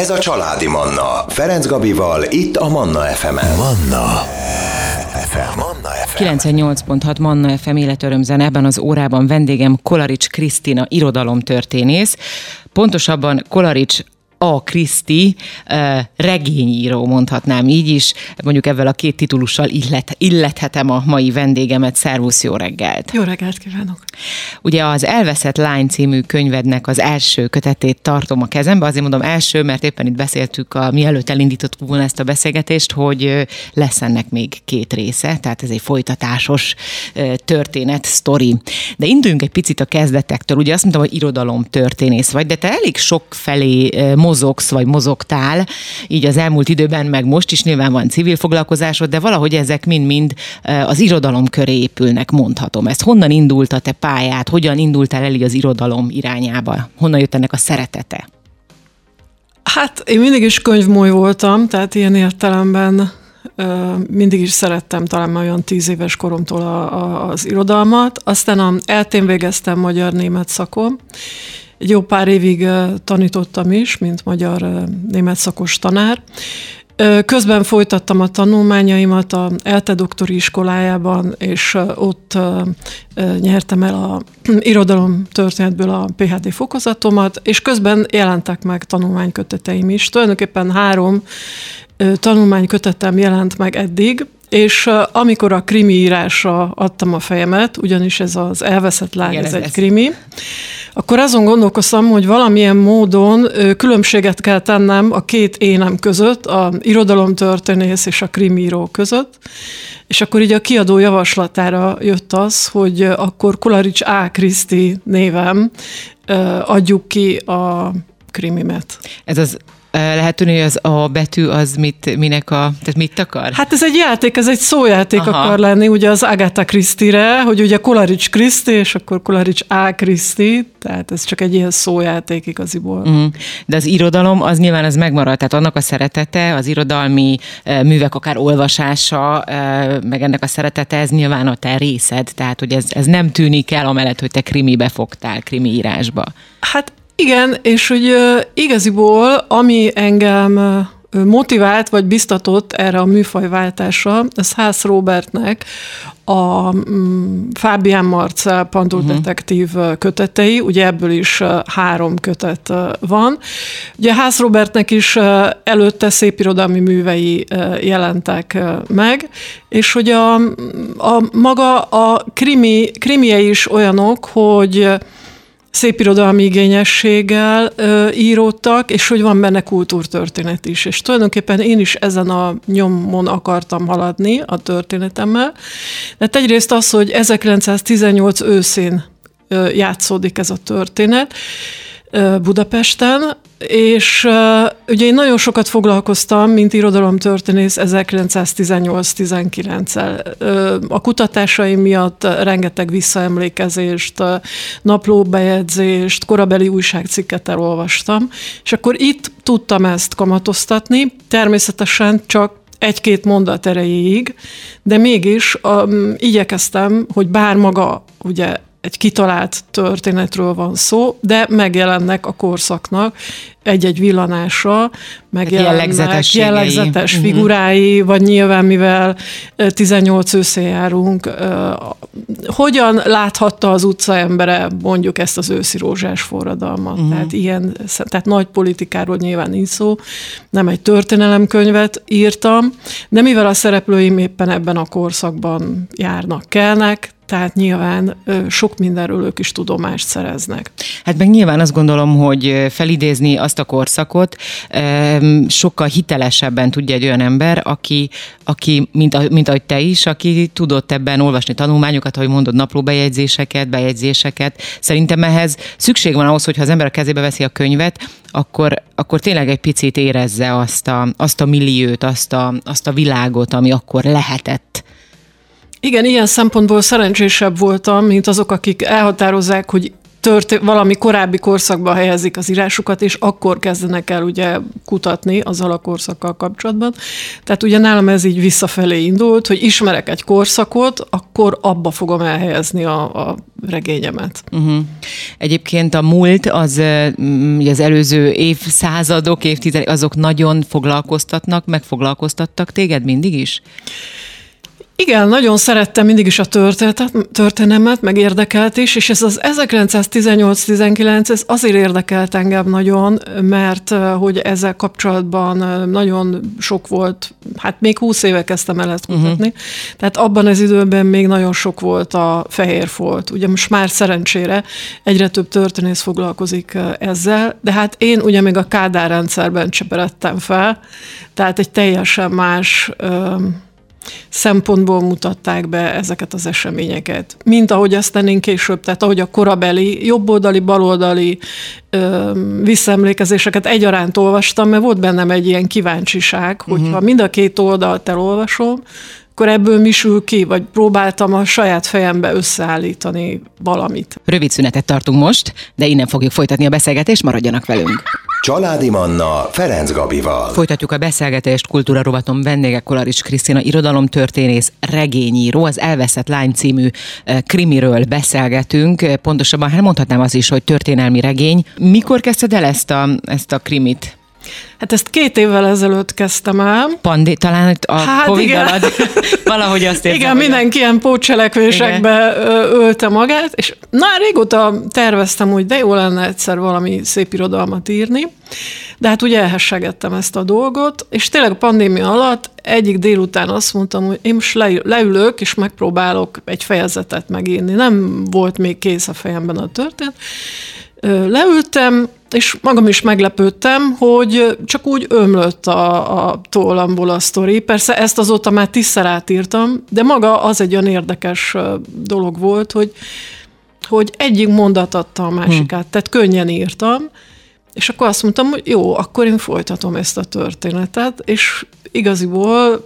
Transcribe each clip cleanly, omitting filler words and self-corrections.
Ez a Családi Manna. Ferenc Gabival, itt a Manna FM-en. Manna FM. 98.6 Manna FM életörömzene. Ebben az órában vendégem Kolarics Krisztina irodalomtörténész. Pontosabban Kolarics A. Kriszti regényíró, mondhatnám így is. Mondjuk ezzel a két titulussal illethetem a mai vendégemet. Szervusz, jó reggelt! Jó reggelt kívánok! Ugye az Elveszett lány című könyvednek az első kötetét tartom a kezembe. Azért mondom első, mert éppen itt beszéltük, mielőtt elindítottuk volna ezt a beszélgetést, hogy lesz ennek még két része, tehát ez egy folytatásos történet, sztori. De induljunk egy picit a kezdetektől. Ugye azt mondtam, hogy irodalomtörténész vagy, de te elég sok felé mozogsz, vagy mozogtál, így az elmúlt időben, meg most is nyilván van civil foglalkozásod, de valahogy ezek mind-mind az irodalom köré épülnek, mondhatom. Ezt honnan indult a te pályád? Hogyan indultál el így az irodalom irányába? Honnan jött ennek a szeretete? Hát én mindig is könyvmoly voltam, tehát ilyen értelemben mindig is szerettem, talán már olyan 10 éves koromtól az irodalmat. Aztán a ELTÉn végeztem magyar-német szakon. Egy jó pár évig tanítottam is, mint magyar-német szakos tanár. Közben folytattam a tanulmányaimat a ELTE doktori iskolájában, és ott nyertem el a irodalomtörténetből a PhD fokozatomat, és közben jelentek meg tanulmányköteteim is. Tulajdonképpen 3 tanulmánykötetem jelent meg eddig, és amikor a krimi írásra adtam a fejemet, ugyanis ez az Elveszett lány, ez egy krimi, akkor azon gondolkoztam, hogy valamilyen módon különbséget kell tennem a két énem között, a irodalomtörténész és a krimíró között, és akkor így a kiadó javaslatára jött az, hogy akkor Kolarics A. Kriszti névem adjuk ki a krimimet. Ez az lehet tudni, hogy az A betű az tehát mit akar? Hát ez egy játék, ez egy szójáték akar lenni, ugye az Agatha Christie-re, hogy ugye Kolarics Kriszti, és akkor Kolarics A. Kriszti, tehát ez csak egy ilyen szójáték igaziból. De az irodalom, az nyilván ez megmarad, tehát annak a szeretete, az irodalmi művek akár olvasása, meg ennek a szeretete, ez nyilván a te részed, tehát hogy ez nem tűnik el amellett, hogy te krimibe fogtál, krimi írásba. Hát igen, és hogy igaziból, ami engem motivált, vagy biztatott erre a műfajváltásra, ez Haas Robertnek a Fábián Marcell Pandurdetektív kötetei, ugye ebből is 3 kötet van. Ugye Haas Robertnek is előtte szépirodalmi művei jelentek meg, és hogy maga a krimije is olyanok, hogy szépirodalmi igényességgel íródtak, és hogy van benne kultúrtörténet is. És tulajdonképpen én is ezen a nyomon akartam haladni a történetemmel. De egyrészt az, hogy 1918 őszén játszódik ez a történet Budapesten, és ugye én nagyon sokat foglalkoztam, mint irodalomtörténész 1918-19-el. A kutatásaim miatt rengeteg visszaemlékezést, naplóbejegyzést, korabeli újságcikket elolvastam, és akkor itt tudtam ezt kamatoztatni, természetesen csak 1-2 mondat erejéig, de mégis igyekeztem, hogy bár maga ugye egy kitalált történetről van szó, de megjelennek a korszaknak egy-egy villanásra, megjelennek jellegzetes figurái, vagy nyilván mivel 18 őszén járunk, hogyan láthatta az utca embere mondjuk ezt az őszi rózsás forradalmat. Tehát nagy politikáról nyilván nincs szó, nem egy történelemkönyvet írtam, de mivel a szereplőim éppen ebben a korszakban járnak, kelnek, tehát nyilván sok mindenről ők is tudomást szereznek. Hát meg nyilván azt gondolom, hogy felidézni azt a korszakot sokkal hitelesebben tudja egy olyan ember, aki mint ahogy te is, aki tudott ebben olvasni tanulmányokat, ahogy mondod, naplóbejegyzéseket, bejegyzéseket. Szerintem ehhez szükség van ahhoz, hogyha az ember a kezébe veszi a könyvet, akkor tényleg egy picit érezze azt a milliót, azt a világot, ami akkor lehetett. Igen, ilyen szempontból szerencsésebb voltam, mint azok, akik elhatározzák, hogy valami korábbi korszakba helyezik az írásukat, és akkor kezdenek el ugye kutatni azzal a korszakkal kapcsolatban. Tehát ugye nálam ez így visszafelé indult, hogy ismerek egy korszakot, akkor abba fogom elhelyezni a regényemet. Egyébként a múlt, az előző évszázadok, évtizedek, azok nagyon megfoglalkoztattak téged mindig is? Igen, nagyon szerettem mindig is a történelmet, meg érdekelt is, és ez az 1918-19, ez azért érdekelt engem nagyon, mert hogy ezzel kapcsolatban nagyon sok volt, hát még 20 éve kezdtem el ezt kutatni, tehát abban az időben még nagyon sok volt a fehér folt. Ugye most már szerencsére egyre több történész foglalkozik ezzel, de hát én ugye még a Kádár rendszerben cseperedtem fel, tehát egy teljesen más szempontból mutatták be ezeket az eseményeket. Mint ahogy aztán én később, tehát ahogy a korabeli, jobboldali, baloldali visszaemlékezéseket egyaránt olvastam, mert volt bennem egy ilyen kíváncsiság, hogyha mind a két oldalt elolvasom, akkor ebből mi sül ki, vagy próbáltam a saját fejembe összeállítani valamit. Rövid szünetet tartunk most, de innen fogjuk folytatni a beszélgetést, maradjanak velünk. Családi Manna Ferenc Gabival. Folytatjuk a beszélgetést, kultúra rovaton vendége Kolarics Krisztina, irodalomtörténész, regényíró, az Elveszett lány című krimiről beszélgetünk. Pontosabban mondhatnám azt is, hogy történelmi regény. Mikor kezdted el ezt a krimit? Hát ezt 2 évvel ezelőtt kezdtem el. Talán a Covid alatt valahogy azt érzem. Igen, mindenki ilyen pótcselekvésekbe ölte magát, és régóta terveztem, hogy de jó lenne egyszer valami szép irodalmat írni, de hát ugye elhessegettem ezt a dolgot, és tényleg a pandémia alatt egyik délután azt mondtam, hogy én most leülök, és megpróbálok egy fejezetet megírni. Nem volt még kész a fejemben a történet. Leültem, és magam is meglepődtem, hogy csak úgy ömlött a tollamból a sztori. Persze ezt azóta már 10-szer átírtam, de maga az egy olyan érdekes dolog volt, hogy egyik mondat adta a másikát, tehát könnyen írtam, és akkor azt mondtam, hogy jó, akkor én folytatom ezt a történetet, és igaziból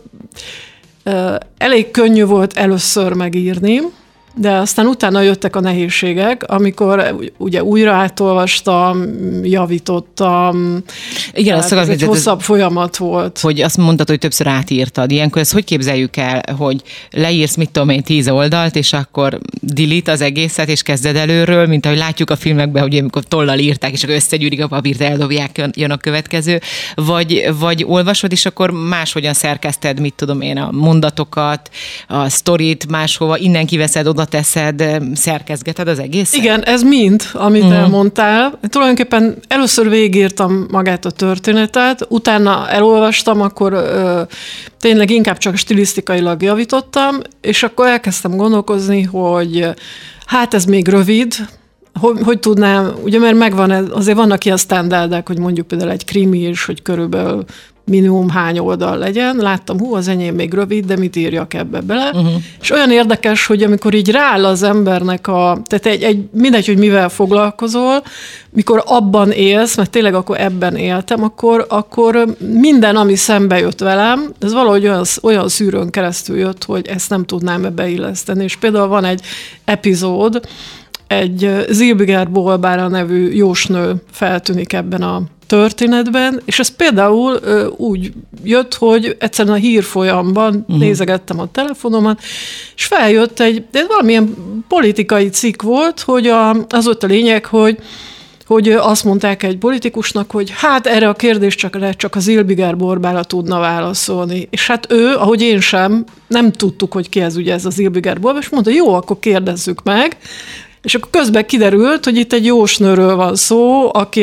elég könnyű volt először megírni, de aztán utána jöttek a nehézségek, amikor ugye újra átolvastam, javítottam. Igen, az egy hosszabb folyamat volt. Hogy azt mondtad, hogy többször átírtad. Ilyenkor ezt hogy képzeljük el, hogy leírsz, 10 oldalt, és akkor delete az egészet, és kezded előről, mint ahogy látjuk a filmekben, hogy amikor tollal írták, és akkor összegyűrik a papírt, eldobják, jön a következő. Vagy olvasod, és akkor máshogyan szerkeszted, a mondatokat, a sztorit, máshova, innen kiveszed, oda teszed, szerkezgeted az egészet? Igen, ez mind, amit elmondtál. Tulajdonképpen először végigírtam magát a történetet, utána elolvastam, akkor tényleg inkább csak stilisztikailag javítottam, és akkor elkezdtem gondolkozni, hogy hát ez még rövid, hogy tudnám, ugye mert megvan, azért vannak ilyen sztenderdek, hogy mondjuk például egy krimi is, hogy körülbelül minimum hány oldal legyen. Láttam, az enyém még rövid, de mit írjak ebbe bele. És olyan érdekes, hogy amikor így rááll az embernek tehát mindegy, hogy mivel foglalkozol, mikor abban élsz, mert tényleg akkor ebben éltem, akkor minden, ami szembe jött velem, ez valahogy olyan szűrőn keresztül jött, hogy ezt nem tudnám ebbe illeszteni. És például van egy epizód, egy Zilbiger Bolbára nevű jósnő feltűnik ebben a történetben, és ez például úgy jött, hogy egyszerűen a hírfolyamban nézegettem a telefonomat, és feljött de valamilyen politikai cikk volt, hogy az volt a lényeg, hogy azt mondták egy politikusnak, hogy hát erre a kérdést csak az Zilbiger Borbála tudna válaszolni. És hát ő, ahogy én sem, nem tudtuk, hogy ki ez ugye ez a Zilbiger Borbála, és mondta, jó, akkor kérdezzük meg. És akkor közben kiderült, hogy itt egy jósnőről van szó, aki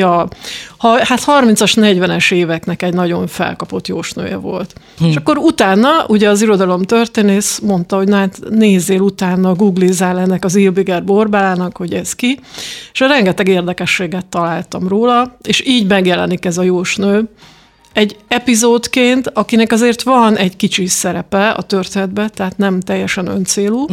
hát 30-as, 40-es éveknek egy nagyon felkapott jósnője volt. És akkor utána, ugye az irodalomtörténész mondta, hogy hát nézzél utána, googlizzál ennek az Zilbiger Borbálának, hogy ez ki. És rengeteg érdekességet találtam róla, és így megjelenik ez a jósnő. Egy epizódként, akinek azért van egy kicsi szerepe a történetben, tehát nem teljesen öncélú.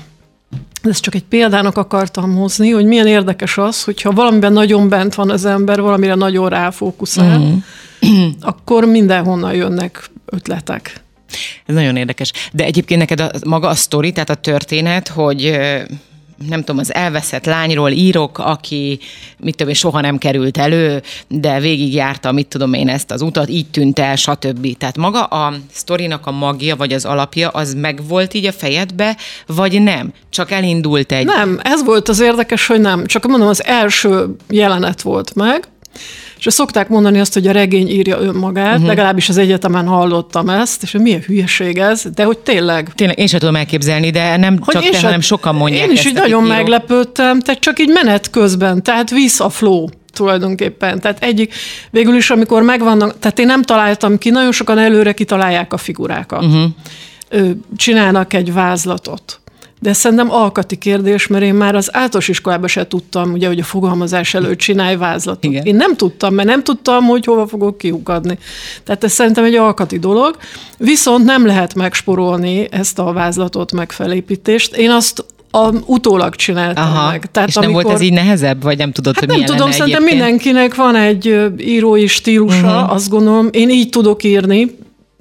Ezt csak egy példának akartam hozni, hogy milyen érdekes az, hogyha valamiben nagyon bent van az ember, valamire nagyon ráfókuszál, akkor mindenhonnan jönnek ötletek. Ez nagyon érdekes. De egyébként neked maga a sztori, tehát a történet, hogy nem tudom, az elveszett lányról írok, aki, mit tudom én, soha nem került elő, de végigjárta, mit tudom én, ezt az utat, így tűnt el, stb. Tehát maga a sztorinak a magja, vagy az alapja, az megvolt így a fejedbe, vagy nem? Csak elindult egy... Nem, ez volt az érdekes, hogy nem. Csak mondom, az első jelenet volt meg, és szokták mondani azt, hogy a regény írja önmagát, legalábbis az egyetemen hallottam ezt, és hogy milyen hülyeség ez, de hogy tényleg... Tényleg, én sem tudom elképzelni, de nem csak te, hanem sokan mondják ezt. Én is így nagyon meglepődtem, tehát csak így menet közben, tehát vissza a flow tulajdonképpen. Tehát végül is, amikor megvannak, tehát én nem találtam ki, nagyon sokan előre kitalálják a figurákat. Csinálnak egy vázlatot. De szerintem alkati kérdés, mert én már az általános iskolában se tudtam, ugye, hogy a fogalmazás előtt csinálj vázlatot. Igen. Én nem tudtam, mert nem tudtam, hogy hova fogok kiukadni. Tehát ez szerintem egy alkati dolog, viszont nem lehet megsporolni ezt a vázlatot, meg felépítést. Én azt utólag csináltam meg. Tehát és nem volt ez így nehezebb, vagy nem tudod, hogy milyen nem tudom, szerintem mindenkinek van egy írói stílusa, azt gondolom. Én így tudok írni.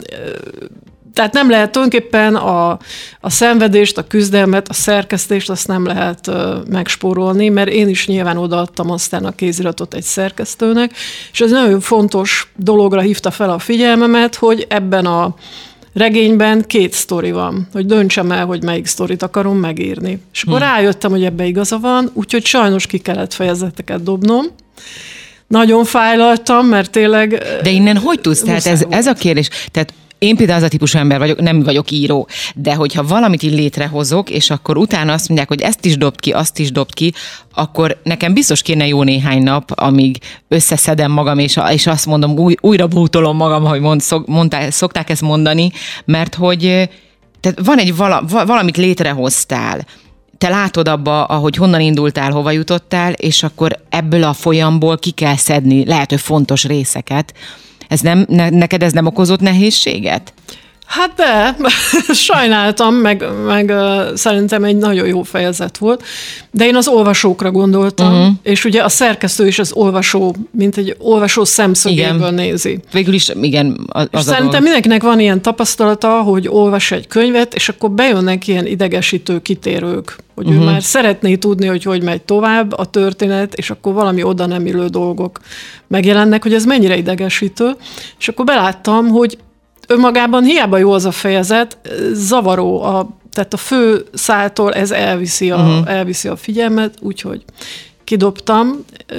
Tehát nem lehet tulajdonképpen a szenvedést, a küzdelmet, a szerkesztést, azt nem lehet megspórolni, mert én is nyilván odaadtam aztán a kéziratot egy szerkesztőnek, és ez nagyon fontos dologra hívta fel a figyelmemet, hogy ebben a regényben 2 sztori van, hogy döntsem el, hogy melyik sztorit akarom megírni. És akkor rájöttem, hogy ebbe igaza van, úgyhogy sajnos ki kellett fejezeteket dobnom. Nagyon fájlaltam, mert tényleg... De innen hogy tudsz? Tehát ez a kérdés. Tehát én például az a típusú ember vagyok, nem vagyok író, de hogyha valamit így létrehozok, és akkor utána azt mondják, hogy ezt is dobd ki, azt is dobd ki, akkor nekem biztos kéne jó néhány nap, amíg összeszedem magam, és azt mondom, újra bútolom magam, hogy szokták ezt mondani, mert hogy tehát van egy valamit létrehoztál, te látod abba, ahogy honnan indultál, hova jutottál, és akkor ebből a folyamból ki kell szedni, lehet, hogy fontos részeket. Ez neked ez nem okozott nehézséget? Hát de, sajnáltam, meg szerintem egy nagyon jó fejezet volt, de én az olvasókra gondoltam, és ugye a szerkesztő is az olvasó, mint egy olvasó szemszögéből nézi. Végül is, igen. Szerintem mindenkinek van ilyen tapasztalata, hogy olvas egy könyvet, és akkor bejönnek ilyen idegesítő kitérők, hogy ő már szeretné tudni, hogy megy tovább a történet, és akkor valami oda nem illő dolgok megjelennek, hogy ez mennyire idegesítő, és akkor beláttam, hogy önmagában hiába jó az a fejezet, zavaró, tehát a fő száltól ez elviszi a figyelmet, úgyhogy kidobtam,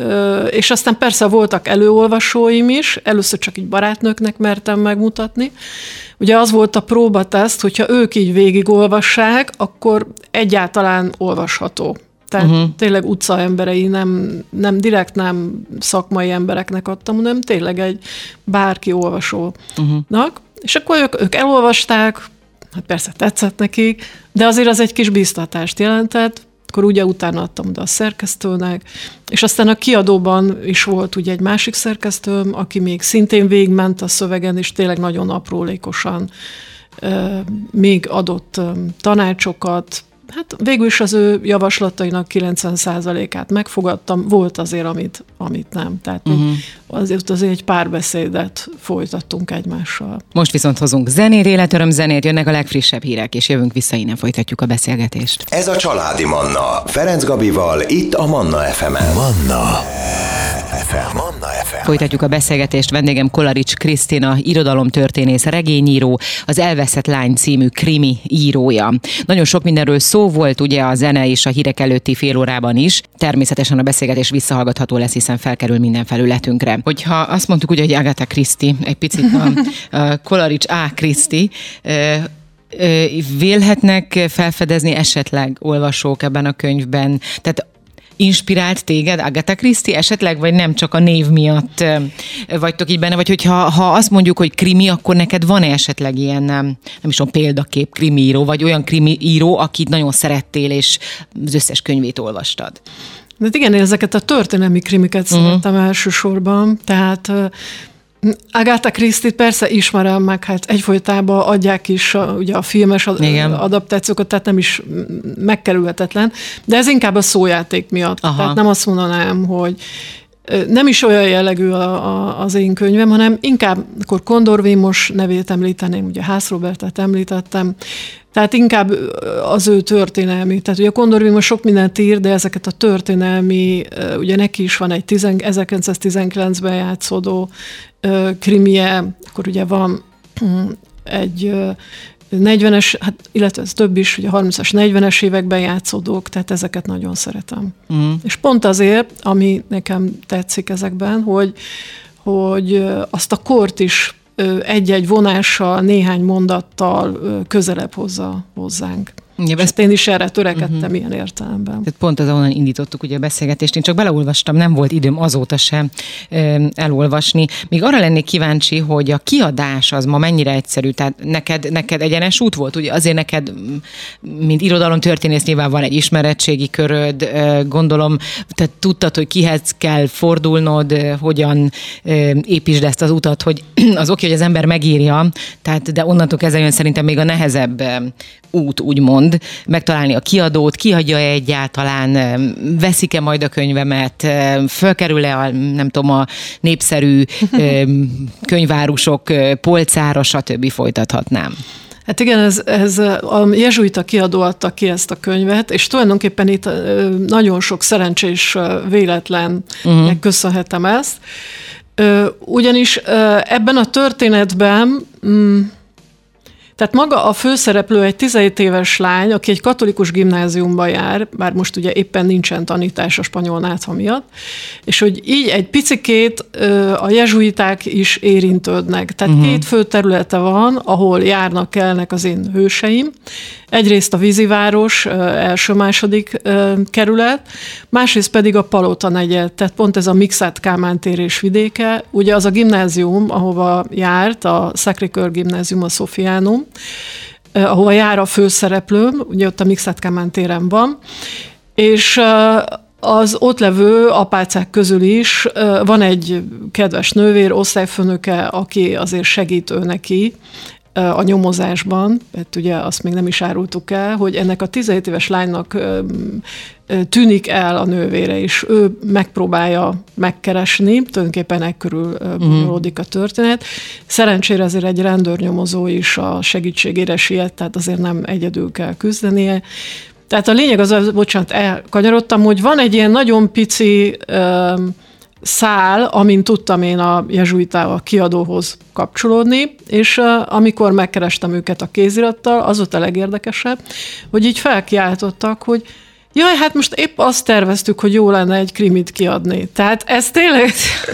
és aztán persze voltak előolvasóim is, először csak így barátnőknek mertem megmutatni. Ugye az volt a próbateszt, hogyha ők így végigolvassák, akkor egyáltalán olvasható. Tehát tényleg utcaemberei, nem direkt nem szakmai embereknek adtam, hanem tényleg egy bárki olvasónak. És akkor ők elolvasták, hát persze tetszett nekik, de azért az egy kis biztatást jelentett, akkor ugye utána adtam oda a szerkesztőnek, és aztán a kiadóban is volt ugye egy másik szerkesztőm, aki még szintén végigment a szövegen, és tényleg nagyon aprólékosan még adott tanácsokat. Hát végül is az ő javaslatainak 90%-át megfogadtam, volt azért, amit nem. Tehát azért egy párbeszédet folytattunk egymással. Most viszont hozunk zenét, életöröm zenét, jönnek a legfrissebb hírek, és jövünk vissza, innen folytatjuk a beszélgetést. Ez a Családi Manna, Ferenc Gabival, itt a Manna FM-en. Manna FM. Folytatjuk a beszélgetést, vendégem Kolarics Krisztina, irodalomtörténész, regényíró, az Elveszett lány című krimi írója. Nagyon sok mindenről szó volt, ugye a zene és a hírek előtti fél órában is. Természetesen a beszélgetés visszahallgatható lesz, hiszen felkerül minden felületünkre. Hogyha azt mondtuk ugye, hogy Agatha Christie, egy picit a Kolarics A. Christie, vélhetnek felfedezni esetleg olvasók ebben a könyvben? Tehát inspirált téged Agatha Christie esetleg, vagy nem csak a név miatt vagytok így benne, vagy hogyha azt mondjuk, hogy krimi, akkor neked van-e esetleg ilyen, nem is tudom, példakép krimiíró, vagy olyan krimiíró, akit nagyon szerettél, és az összes könyvét olvastad? De igen, ezeket a történelmi krimiket szerettem elsősorban, tehát Agatha Christie-t persze ismerem meg, hát egyfolytában adják is ugye a filmes adaptációkat, tehát nem is megkerülhetetlen, de ez inkább a szójáték miatt. Tehát nem azt mondanám, hogy nem is olyan jellegű az én könyvem, hanem inkább akkor Kondor Vilmos nevét említeném, ugye Hász Robertet említettem, tehát inkább az ő történelmi. Tehát ugye Kondor Vilmos sok mindent ír, de ezeket a történelmi, ugye neki is van egy 1919-ben játszódó krimije, akkor ugye van egy 40-es, hát, illetve ez több is, ugye 30-as, 40-es években játszódók, tehát ezeket nagyon szeretem. És pont azért, ami nekem tetszik ezekben, hogy azt a kort is egy-egy vonással, néhány mondattal közelebb hozza hozzánk. Ja, ezt én is erre törekedtem ilyen értelemben. Tehát pont az, ahonnan indítottuk ugye a beszélgetést. Én csak beleolvastam, nem volt időm azóta sem elolvasni. Még arra lennék kíváncsi, hogy a kiadás az ma mennyire egyszerű. Tehát neked egyenes út volt? Ugye azért neked, mint irodalomtörténész, nyilván van egy ismeretségi köröd, gondolom, tehát tudtad, hogy kihez kell fordulnod, hogyan építsd ezt az utat, hogy az oké, hogy az ember megírja, tehát, de onnantól kezdve jön szerintem még a nehezebb út, úgymond, megtalálni a kiadót, kiadja-e egyáltalán, veszik-e majd a könyvemet, fölkerül-e a népszerű könyvárusok polcára, stb. Folytathatnám. Hát igen, ez a jezsuita kiadó adta ki ezt a könyvet, és tulajdonképpen itt nagyon sok szerencsés véletlennek köszönhetem ezt. Ugyanis ebben a történetben tehát maga a főszereplő egy 17 éves lány, aki egy katolikus gimnáziumba jár, bár most ugye éppen nincsen tanítás a spanyol nátha miatt, és hogy így egy picikét a jezsuiták is érintődnek. Tehát két fő területe van, ahol járnak, kelnek az én hőseim. Egyrészt a Víziváros, első-második kerület, másrészt pedig a Palota negyed, tehát pont ez a Mikszáth Kálmán tér és vidéke. Ugye az a gimnázium, ahova járt, a Sacré-Cœur gimnázium, a Sofiánum, ahova jár a főszereplőm, ugye ott a Mikszáth Kálmán téren van, és az ott levő apácák közül is van egy kedves nővér, osztályfőnöke, aki azért segít ő neki a nyomozásban, mert ugye azt még nem is árultuk el, hogy ennek a 17 éves lánynak tűnik el a nővére, és ő megpróbálja megkeresni, tulajdonképpen ekkörül bonyolódik a történet. Szerencsére azért egy rendőrnyomozó is a segítségére siet, tehát azért nem egyedül kell küzdenie. Tehát a lényeg az, bocsánat, elkanyarodtam, hogy van egy ilyen nagyon pici szál, amin tudtam én a jezsuita kiadóhoz kapcsolódni, és amikor megkerestem őket a kézirattal, az volt a legérdekesebb, hogy így felkiáltottak, hogy jaj, hát most épp azt terveztük, hogy jó lenne egy krimit kiadni. Tehát ez tényleg...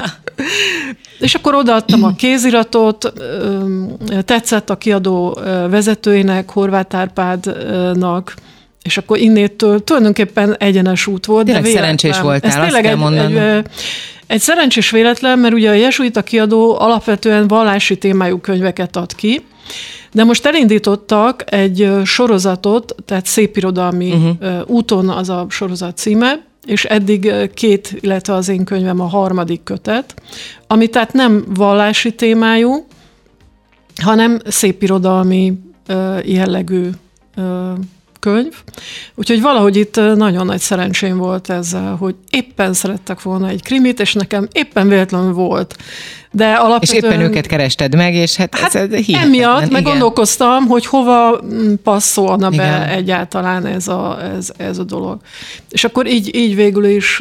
És akkor odaadtam a kéziratot, tetszett a kiadó vezetőjének, Horváth Árpádnak, és akkor innétől tulajdonképpen egyenes út volt. Tényleg szerencsés voltál, azt kell mondanom. Egy szerencsés véletlen, mert ugye a jezsuita kiadó alapvetően vallási témájú könyveket ad ki, de most elindítottak egy sorozatot, tehát szépirodalmi úton az a sorozat címe, és eddig 2, illetve az én könyvem a 3. kötet, ami tehát nem vallási témájú, hanem szépirodalmi jellegű könyv. Úgyhogy valahogy itt nagyon nagy szerencsém volt ezzel, hogy éppen szerettek volna egy krimit, és nekem éppen véletlenül volt. De alapvetően... És éppen őket kerested meg, és hát ez emiatt meggondolkoztam, hogy hova passzolna be egyáltalán ez a dolog. És akkor így végül is...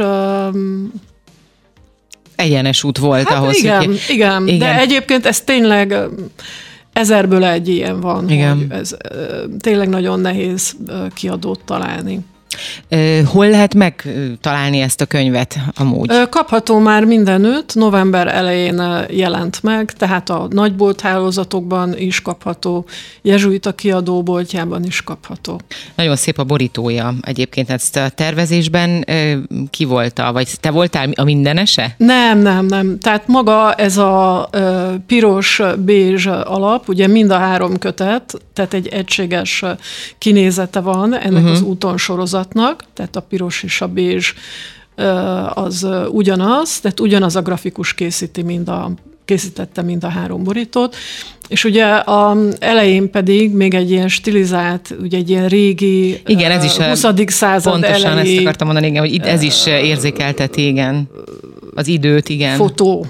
egyenes út volt hát ahhoz, igen, de egyébként ez tényleg... 1000-ből egy ilyen van, igen. Hogy ez tényleg nagyon nehéz kiadót találni. Hol lehet megtalálni ezt a könyvet amúgy? Kapható már mindenütt, november elején jelent meg, tehát a nagybolthálózatokban is kapható, jezsuita kiadó boltjában is kapható. Nagyon szép a borítója egyébként, ezt a tervezésben ki volt, vagy te voltál a mindenese? Nem. Tehát maga ez a piros, bézs alap, ugye mind a 3 kötet, tehát egy egységes kinézete van ennek az úton sorozatnak, tehát a piros és a bézs az ugyanaz, tehát ugyanaz a grafikus készítette mind a 3 borítót, és ugye az elején pedig még egy ilyen stilizált, ugye egy ilyen régi, igen, ez is 20. század pontosan elejé. Ezt akartam mondani, igen, hogy itt ez is érzékelteti, igen. az időt, igen. Fotó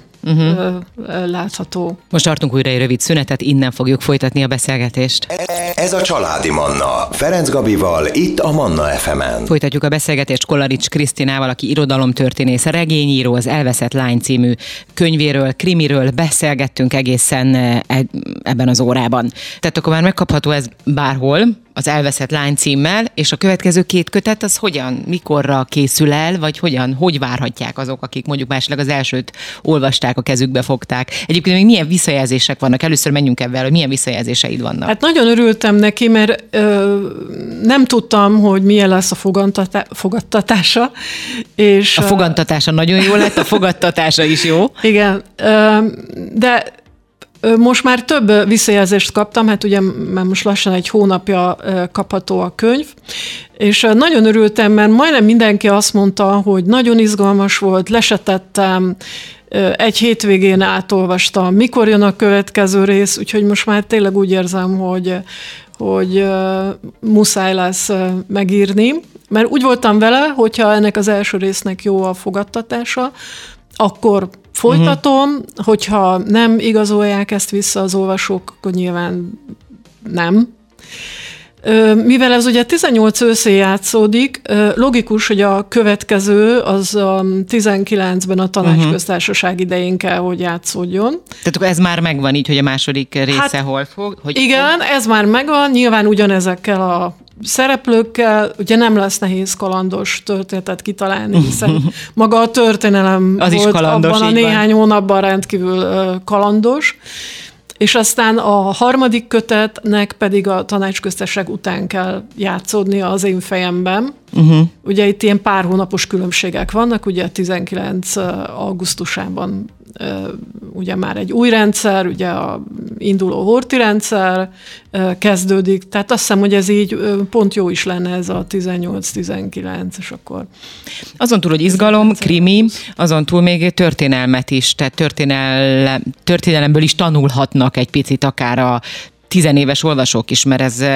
látható. Most tartunk újra egy rövid szünetet, innen fogjuk folytatni a beszélgetést. Ez a Családi Manna, Ferenc Gabival, itt a Manna FM-en. Folytatjuk a beszélgetést Kolarics Krisztinával, aki irodalomtörténész, regényíró, az Elveszett lány című könyvéről, krimiről beszélgettünk egészen ebben az órában. Tehát akkor már megkapható ez bárhol, az Elveszett lány címmel, és a következő 2 kötet az hogyan, mikorra készül el, vagy hogy várhatják azok, akik mondjuk másodlag az elsőt olvasták, a kezükbe fogták. Egyébként még milyen visszajelzések vannak? Először menjünk ebben, hogy milyen visszajelzéseid vannak. Hát nagyon örültem neki, mert nem tudtam, hogy milyen lesz a fogadtatása. És, a fogadtatása nagyon jó lett, a fogadtatása is jó. Igen, de most már több visszajelzést kaptam, hát ugye már most lassan egy hónapja kapható a könyv, és nagyon örültem, mert majdnem mindenki azt mondta, hogy nagyon izgalmas volt, lesetettem, egy hétvégén átolvastam, mikor jön a következő rész, úgyhogy most már tényleg úgy érzem, hogy muszáj lesz megírni, mert úgy voltam vele, hogyha ennek az első résznek jó a fogadtatása, akkor folytatom, hogyha nem igazolják ezt vissza az olvasók, akkor nyilván nem. Mivel ez ugye 18 őszén játszódik, logikus, hogy a következő az a 19-ben a Tanácsköztársaság idején kell, hogy játszódjon. Tehát akkor ez már megvan így, hogy a második része hol fog? Igen, ez már megvan, nyilván ugyanezekkel a szereplőkkel, ugye nem lesz nehéz kalandos történetet kitalálni, hiszen maga a történelem az volt kalandos, abban a néhány hónapban rendkívül kalandos, és aztán a harmadik kötetnek pedig a Tanácsköztársaság után kell játszódnia az én fejemben. Ugye itt ilyen pár hónapos különbségek vannak, ugye 19 augusztusában ugye már egy új rendszer, ugye a induló Horthy rendszer kezdődik, tehát azt hiszem, hogy ez így pont jó is lenne ez a 18-19, és akkor... Azon túl, hogy izgalom, krimi, azon túl még történelmet is, tehát történelemből is tanulhatnak egy picit akár a 10 éves olvasók is, mert ez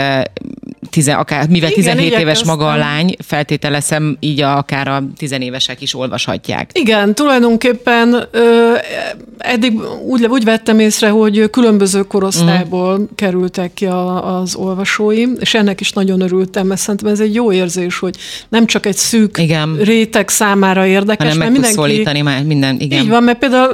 mivel 17 éves maga a lány, feltételezem, így akár a 10 évesek is olvashatják. Igen, tulajdonképpen eddig úgy vettem észre, hogy különböző korosztályból kerültek ki az olvasóim, és ennek is nagyon örültem, mert szerintem ez egy jó érzés, hogy nem csak egy szűk réteg számára érdekes, hanem meg tudsz szólítani már minden, igen. Így van, mert például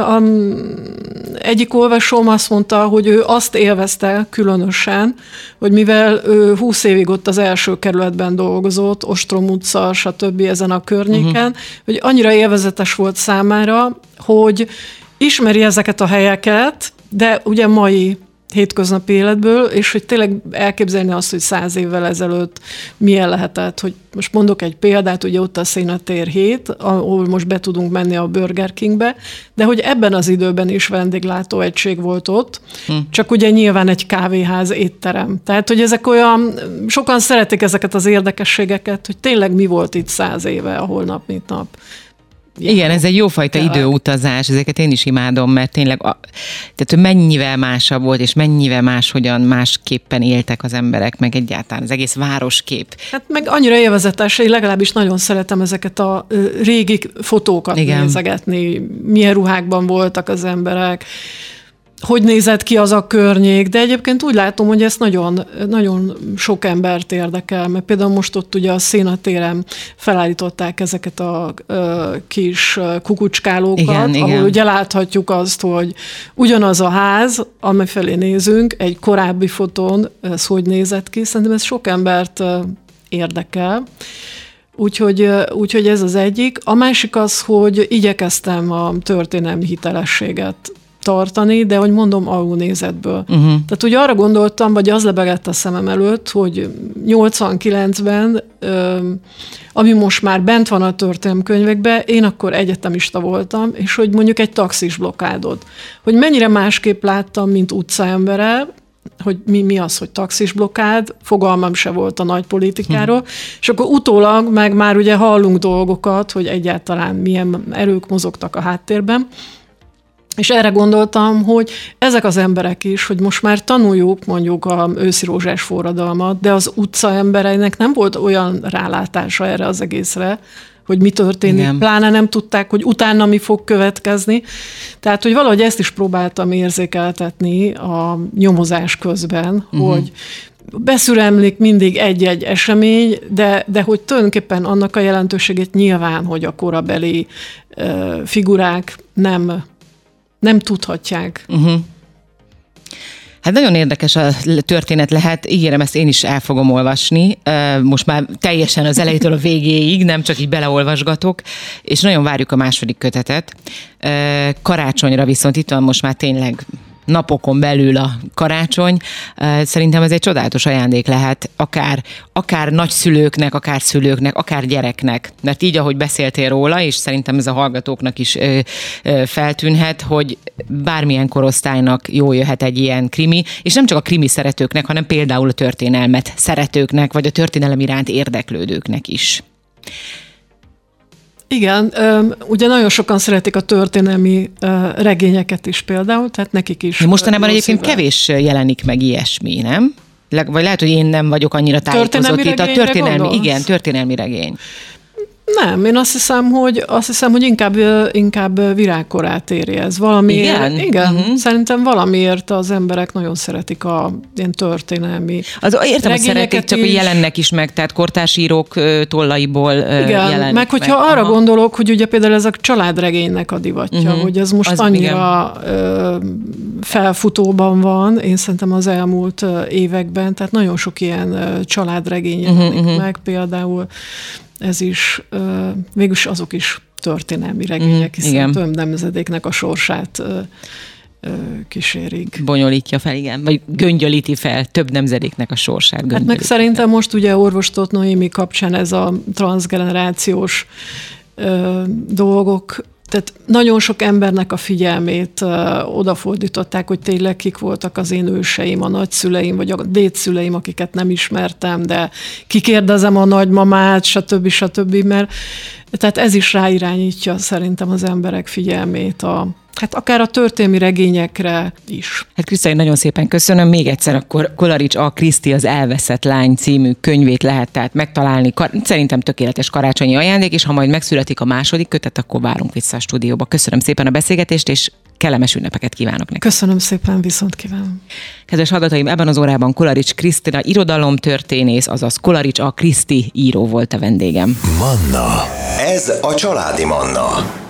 egyik olvasóm azt mondta, hogy ő azt élvezte különösen, hogy mivel ő 20 évig ott az első kerületben dolgozott, Ostrom utca, stb. Ezen a környéken, hogy annyira élvezetes volt számára, hogy ismeri ezeket a helyeket, de ugye mai hétköznapi életből, és hogy tényleg elképzelni azt, hogy 100 évvel ezelőtt milyen lehetett, hogy most mondok egy példát, ugye ott a Szénatér 7, ahol most be tudunk menni a Burger Kingbe, de hogy ebben az időben is vendéglátóegység volt ott, csak ugye nyilván egy kávéház, étterem. Tehát, hogy ezek olyan, sokan szeretik ezeket az érdekességeket, hogy tényleg mi volt itt 100 éve, ahol nap, mint nap. Igen, ez egy jófajta időutazás, ezeket én is imádom, mert tényleg tehát mennyivel másabb volt, és mennyivel másképpen éltek az emberek, meg egyáltalán az egész városkép. Hát meg annyira élvezetes, én legalábbis nagyon szeretem ezeket a régi fotókat nézegetni, milyen ruhákban voltak az emberek, hogy nézett ki az a környék, de egyébként úgy látom, hogy ez nagyon, nagyon sok embert érdekel, mert például most ott ugye a Szénatéren felállították ezeket a kis kukucskálókat, ahol ugye láthatjuk azt, hogy ugyanaz a ház, amelyefelé nézünk, egy korábbi fotón ez hogy nézett ki, szerintem ez sok embert érdekel. Úgyhogy ez az egyik. A másik az, hogy igyekeztem a történelmi hitelességet tartani, de hogy mondom, alulnézetből. Tehát ugye arra gondoltam, vagy az lebegett a szemem előtt, hogy 89-ben, ami most már bent van a történelemkönyvekben, én akkor egyetemista voltam, és hogy mondjuk egy taxis blokkádot. Hogy mennyire másképp láttam, mint utcaembere, hogy mi az, hogy taxis blokkád, fogalmam se volt a nagy politikáról, és akkor utólag meg már ugye hallunk dolgokat, hogy egyáltalán milyen erők mozogtak a háttérben, és erre gondoltam, hogy ezek az emberek is, hogy most már tanuljuk mondjuk a őszirózsás forradalmat, de az utca embereinek nem volt olyan rálátása erre az egészre, hogy mi történik. Igen. Pláne nem tudták, hogy utána mi fog következni. Tehát, hogy valahogy ezt is próbáltam érzékeltetni a nyomozás közben, hogy beszüremlik mindig egy-egy esemény, de hogy tulajdonképpen annak a jelentőségét nyilván, hogy a korabeli figurák nem tudhatják. Hát nagyon érdekes a történet lehet, ígérem, ezt én is el fogom olvasni, most már teljesen az elejétől a végéig, nem csak így beleolvasgatok, és nagyon várjuk a második kötetet. Karácsonyra viszont itt van most már tényleg napokon belül a karácsony. Szerintem ez egy csodálatos ajándék lehet, akár nagyszülőknek, akár szülőknek, akár gyereknek. Mert így, ahogy beszéltél róla, és szerintem ez a hallgatóknak is feltűnhet, hogy bármilyen korosztálynak jól jöhet egy ilyen krimi, és nem csak a krimi szeretőknek, hanem például a történelmet szeretőknek, vagy a történelem iránt érdeklődőknek is. Igen, ugye nagyon sokan szeretik a történelmi regényeket is például, tehát nekik is. Mostanában egyébként kevés jelenik meg ilyesmi, nem? Vagy lehet, hogy én nem vagyok annyira tájékozott itt a történelmi regény. Nem, én azt hiszem, hogy inkább virágkorát éri ez. Valamiért, igen, szerintem valamiért az emberek nagyon szeretik a ilyen történelmi értem, hogy szeretik, csak hogy jelennek is meg, tehát kortárs írók tollaiból jelennek meg hogyha arra gondolok, hogy ugye például ez a családregénynek a divatja, hogy ez most az annyira felfutóban van, én szerintem az elmúlt években, tehát nagyon sok ilyen családregény jelenik meg, például ez is, végülis azok is történelmi regények, hiszen több nemzedéknek a sorsát kísérik. Bonyolítja fel, igen, vagy göngyölíti fel több nemzedéknek a sorsát. Hát meg szerintem most ugye Orvos Tóth Noémi kapcsán ez a transzgenerációs dolgok, tehát nagyon sok embernek a figyelmét odafordították, hogy tényleg kik voltak az én őseim, a nagyszüleim, vagy a dédszüleim, akiket nem ismertem, de kikérdezem a nagymamát, stb. Mert tehát ez is ráirányítja szerintem az emberek figyelmét hát akár a történelmi regényekre is. Hát Kriszta, én nagyon szépen köszönöm. Még egyszer akkor Kolarics A. Kriszti az Elveszett lány című könyvét lehet tehát megtalálni. Szerintem tökéletes karácsonyi ajándék, és ha majd megszületik a második kötet, akkor várunk vissza a stúdióba. Köszönöm szépen a beszélgetést, és kellemes ünnepeket kívánok neki. Köszönöm szépen, viszont kívánom. Kedves hallgatóim, ebben az órában Kolarics Krisztina irodalomtörténész, azaz Kolarics A. Kriszti író volt a vendégem. Manna. Ez a Családi Manna.